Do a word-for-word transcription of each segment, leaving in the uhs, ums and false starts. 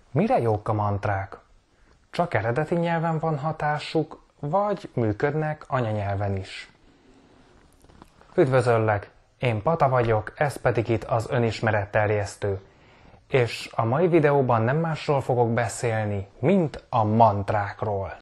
Mire jók a mantrák? Csak eredeti nyelven van hatásuk, vagy működnek anyanyelven is? Üdvözöllek! Én Pata vagyok, ez pedig itt az önismeretterjesztő. És a mai videóban nem másról fogok beszélni, mint a mantrákról.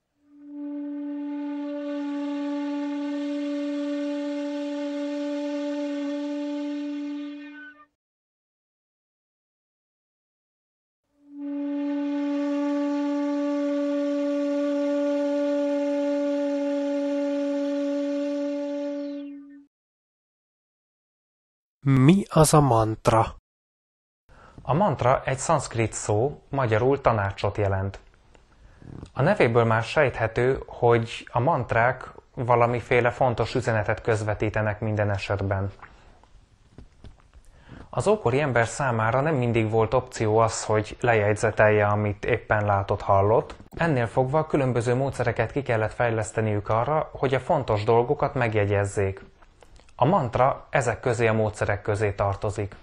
Mi az a mantra? A mantra egy szanszkrit szó, magyarul tanácsot jelent. A nevéből már sejthető, hogy a mantrák valamiféle fontos üzenetet közvetítenek minden esetben. Az ókori ember számára nem mindig volt opció az, hogy lejegyzetelje, amit éppen látott, hallott. Ennél fogva különböző módszereket ki kellett fejleszteniük arra, hogy a fontos dolgokat megjegyezzék. A mantra ezek közé a módszerek közé tartozik.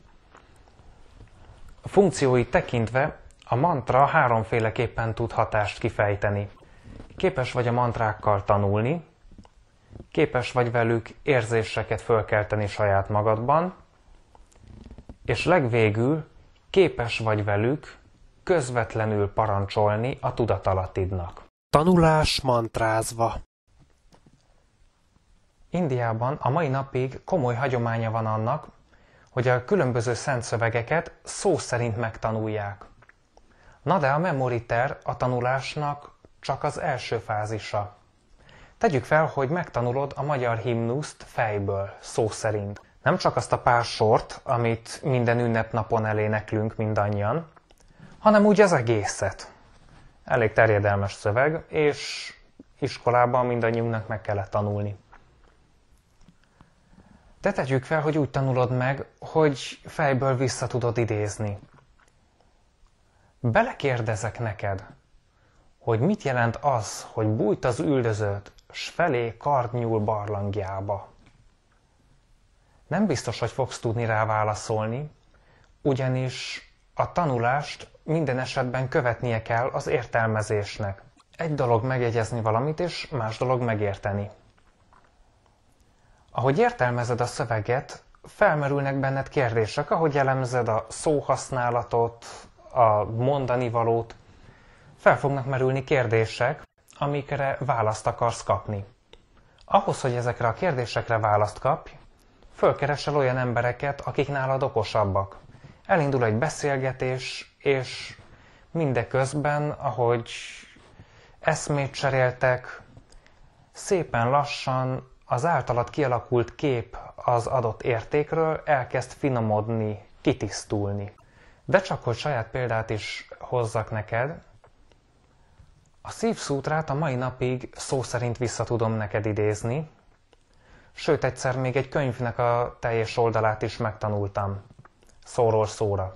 A funkcióit tekintve a mantra háromféleképpen tud hatást kifejteni. Képes vagy a mantrákkal tanulni, képes vagy velük érzéseket fölkelteni saját magadban, és legvégül képes vagy velük közvetlenül parancsolni a tudatalattidnak. Tanulás mantrázva. Indiában a mai napig komoly hagyománya van annak, hogy a különböző szent szövegeket szó szerint megtanulják. Na de a memoriter a tanulásnak csak az első fázisa. Tegyük fel, hogy megtanulod a magyar himnuszt fejből, szó szerint. Nem csak azt a pár sort, amit minden ünnepnapon eléneklünk mindannyian, hanem úgy az egészet. Elég terjedelmes szöveg, és iskolában mindannyiunknak meg kellett tanulni. De tegyük fel, hogy úgy tanulod meg, hogy fejből vissza tudod idézni. Belekérdezek neked, hogy mit jelent az, hogy bújt az üldözőt, s felé kard nyúl barlangjába. Nem biztos, hogy fogsz tudni rá válaszolni, ugyanis a tanulást minden esetben követnie kell az értelmezésnek. Egy dolog megjegyezni valamit, és más dolog megérteni. Ahogy értelmezed a szöveget, felmerülnek benned kérdések, ahogy elemzed a szóhasználatot, a mondani valót, fel fognak merülni kérdések, amikre választ akarsz kapni. Ahhoz, hogy ezekre a kérdésekre választ kapj, fölkeresel olyan embereket, akik nálad okosabbak. Elindul egy beszélgetés, és mindeközben, ahogy eszmét cseréltek, szépen lassan az általad kialakult kép az adott értékről elkezd finomodni, kitisztulni. De csak hogy saját példát is hozzak neked, a szívszútrát a mai napig szó szerint vissza tudom neked idézni, sőt egyszer még egy könyvnek a teljes oldalát is megtanultam, szóról szóra.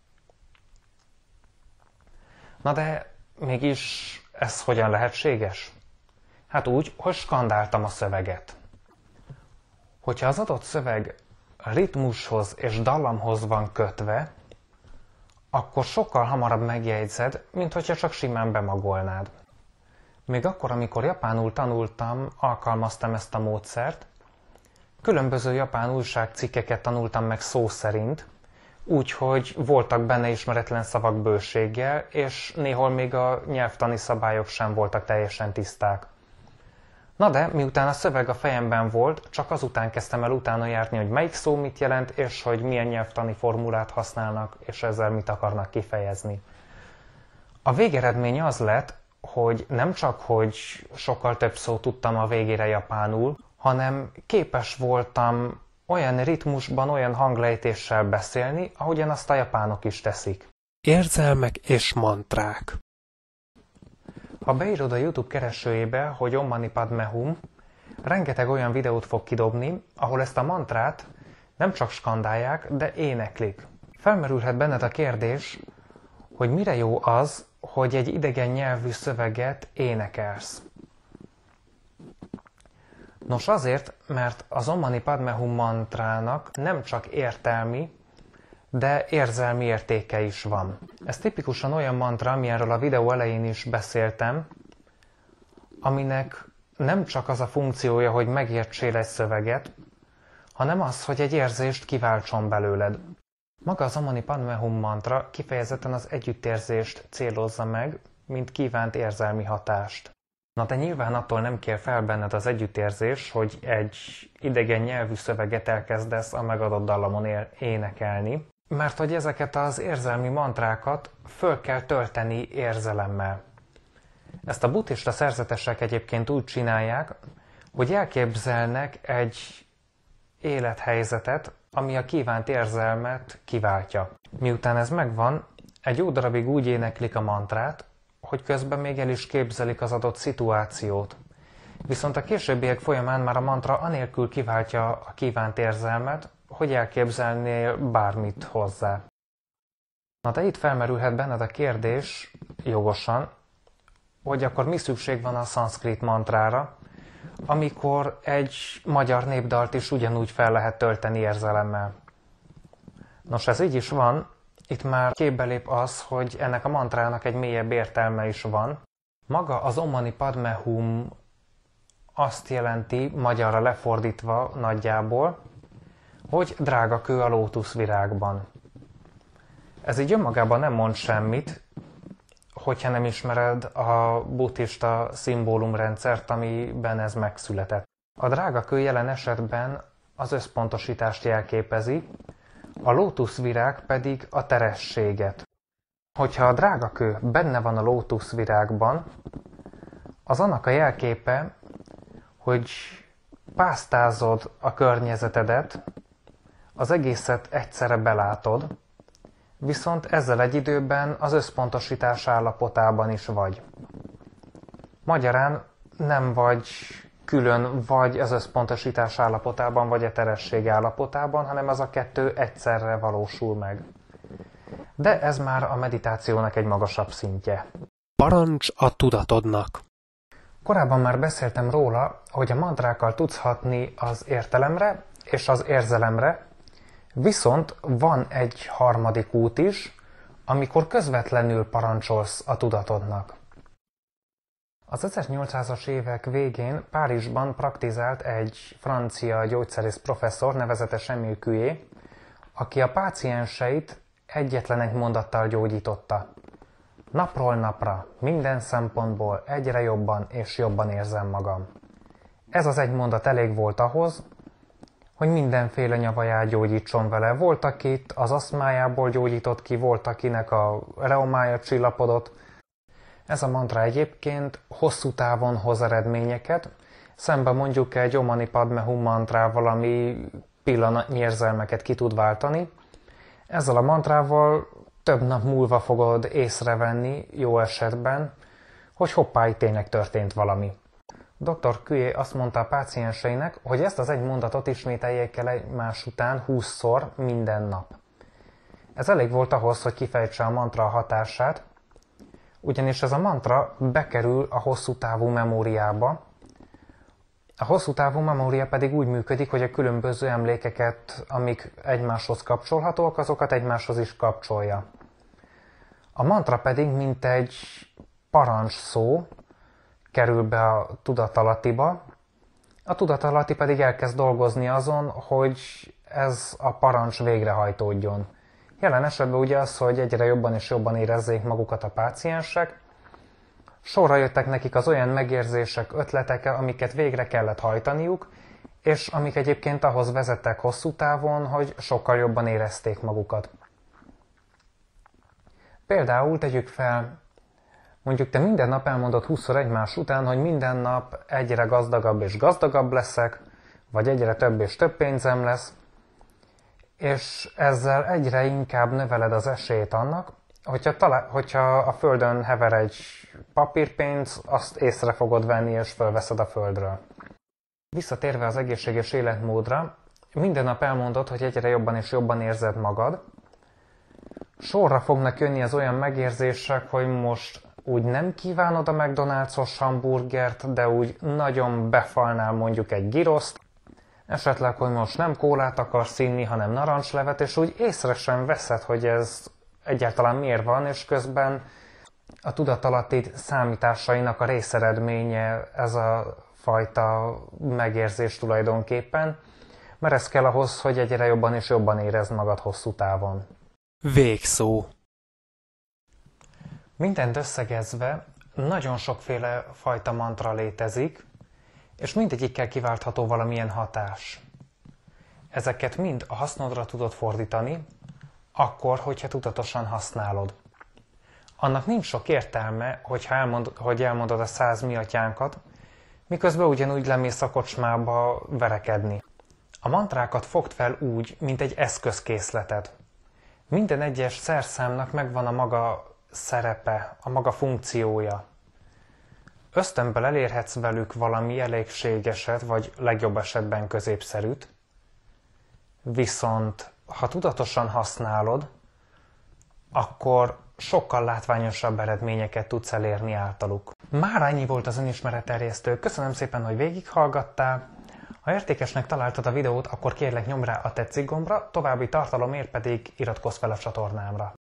Na de mégis ez hogyan lehetséges? Hát úgy, hogy skandáltam a szöveget. Hogyha az adott szöveg ritmushoz és dallamhoz van kötve, akkor sokkal hamarabb megjegyzed, mint hogyha csak simán bemagolnád. Még akkor, amikor japánul tanultam, alkalmaztam ezt a módszert, különböző japán újságcikkeket tanultam meg szó szerint, úgyhogy voltak benne ismeretlen szavak bőséggel, és néhol még a nyelvtani szabályok sem voltak teljesen tiszták. Na de, miután a szöveg a fejemben volt, csak azután kezdtem el utána járni, hogy melyik szó mit jelent, és hogy milyen nyelvtani formulát használnak, és ezzel mit akarnak kifejezni. A végeredmény az lett, hogy nem csak, hogy sokkal több szót tudtam a végére japánul, hanem képes voltam olyan ritmusban, olyan hanglejtéssel beszélni, ahogyan azt a japánok is teszik. Érzelmek és mantrák. Ha beírod a YouTube keresőjébe, hogy Om Mani Padme Hum, rengeteg olyan videót fog kidobni, ahol ezt a mantrát nem csak skandálják, de éneklik. Felmerülhet benned a kérdés, hogy mire jó az, hogy egy idegen nyelvű szöveget énekelsz. Nos azért, mert az Om Mani Padme Hum mantrának nem csak értelmi, de érzelmi értéke is van. Ez tipikusan olyan mantra, amilyenről a videó elején is beszéltem, aminek nem csak az a funkciója, hogy megértsél egy szöveget, hanem az, hogy egy érzést kiváltson belőled. Maga az Om Mani Padme Hum mantra kifejezetten az együttérzést célozza meg, mint kívánt érzelmi hatást. Na de nyilván attól nem kér fel benned az együttérzés, hogy egy idegen nyelvű szöveget elkezdesz a megadott dallamon énekelni, mert hogy ezeket az érzelmi mantrákat föl kell tölteni érzelemmel. Ezt a buddhista szerzetesek egyébként úgy csinálják, hogy elképzelnek egy élethelyzetet, ami a kívánt érzelmet kiváltja. Miután ez megvan, egy jó darabig úgy éneklik a mantrát, hogy közben még el is képzelik az adott szituációt. Viszont a későbbiek folyamán már a mantra anélkül kiváltja a kívánt érzelmet, hogy elképzelnél bármit hozzá. Na de itt felmerülhet benned a kérdés, jogosan, hogy akkor mi szükség van a szanszkrit mantrára, amikor egy magyar népdalt is ugyanúgy fel lehet tölteni érzelemmel. Nos, ez így is van, itt már képbe lép az, hogy ennek a mantrának egy mélyebb értelme is van. Maga az Om Mani Padme Hum azt jelenti, magyarra lefordítva nagyjából, hogy drága kő a lótuszvirágban. Ez így önmagában nem mond semmit, hogyha nem ismered a buddhista szimbólumrendszert, amiben ez megszületett. A drága kő jelen esetben az összpontosítást jelképezi, a lótuszvirág pedig a terességet. Hogyha a drága kő benne van a lótuszvirágban, az annak a jelképe, hogy pásztázod a környezetedet, az egészet egyszerre belátod, viszont ezzel egy időben az összpontosítás állapotában is vagy. Magyarán nem vagy külön vagy az összpontosítás állapotában, vagy a teresség állapotában, hanem ez a kettő egyszerre valósul meg. De ez már a meditációnak egy magasabb szintje. Parancs a tudatodnak. Korábban már beszéltem róla, hogy a mantrákkal tudsz hatni az értelemre és az érzelemre, viszont van egy harmadik út is, amikor közvetlenül parancsolsz a tudatodnak. Az ezernyolcszázas évek végén Párizsban praktizált egy francia gyógyszerész professzor, nevezetes Émile Coué, aki a pácienseit egyetlen egy mondattal gyógyította. Napról napra, minden szempontból egyre jobban és jobban érzem magam. Ez az egy mondat elég volt ahhoz, hogy mindenféle nyavaját gyógyítson vele. Volt, akit az asztmájából gyógyított ki, volt, akinek a reumája csillapodott. Ez a mantra egyébként hosszú távon hoz eredményeket, szemben mondjuk egy Om Mani Padme Hum mantrával, ami pillanatnyi érzelmeket ki tud váltani. Ezzel a mantrával több nap múlva fogod észrevenni, jó esetben, hogy hoppá, itt tényleg történt valami. doktor Coué azt mondta a pácienseinek, hogy ezt az egy mondatot ismételjék el egymás után húszszor minden nap. Ez elég volt ahhoz, hogy kifejtse a mantra hatását, ugyanis ez a mantra bekerül a hosszú távú memóriába. A hosszú távú memória pedig úgy működik, hogy a különböző emlékeket, amik egymáshoz kapcsolhatóak, azokat egymáshoz is kapcsolja. A mantra pedig mint egy parancs szó kerül be a tudatalattiba, a tudatalatti pedig elkezd dolgozni azon, hogy ez a parancs végrehajtódjon. Jelen esetben ugye az, hogy egyre jobban és jobban érezzék magukat a páciensek, sorra jöttek nekik az olyan megérzések, ötletek, amiket végre kellett hajtaniuk, és amik egyébként ahhoz vezettek hosszú távon, hogy sokkal jobban érezték magukat. Például tegyük fel, mondjuk te minden nap elmondod húszszor egymás után, hogy minden nap egyre gazdagabb és gazdagabb leszek, vagy egyre több és több pénzem lesz, és ezzel egyre inkább növeled az esélyt annak, hogyha, talál, hogyha a földön hever egy papírpénz, azt észre fogod venni és fölveszed a földről. Visszatérve az egészséges életmódra, minden nap elmondod, hogy egyre jobban és jobban érzed magad, sorra fognak jönni az olyan megérzések, hogy most úgy nem kívánod a McDonald's-os hamburgert, de úgy nagyon befalnál mondjuk egy giroszt, Esetleg, hogy most nem kólát akarsz inni, hanem narancslevet, és úgy észre sem veszed, hogy ez egyáltalán miért van, és közben a tudatalatti számításainak a részeredménye ez a fajta megérzés tulajdonképpen, mert ez kell ahhoz, hogy egyre jobban és jobban érezd magad hosszú távon. Végszó. Mindent összegezve, nagyon sokféle fajta mantra létezik, és mindegyikkel kiváltható valamilyen hatás. Ezeket mind a hasznodra tudod fordítani, akkor, hogyha tudatosan használod. Annak nincs sok értelme, hogyha elmond, hogy elmondod a száz mi atyánkat, miközben ugyanúgy lemész a kocsmába verekedni. A mantrákat fogd fel úgy, mint egy eszközkészleted. Minden egyes szerszámnak megvan a maga szerepe, a maga funkciója. Ösztönből elérhetsz velük valami elégségeset, vagy legjobb esetben középszerűt, viszont ha tudatosan használod, akkor sokkal látványosabb eredményeket tudsz elérni általuk. Már ennyi volt az önismeretterjesztő. Köszönöm szépen, hogy végighallgattál. Ha értékesnek találtad a videót, akkor kérlek nyomd rá a tetszik gombra, további tartalomért pedig iratkozz fel a csatornámra.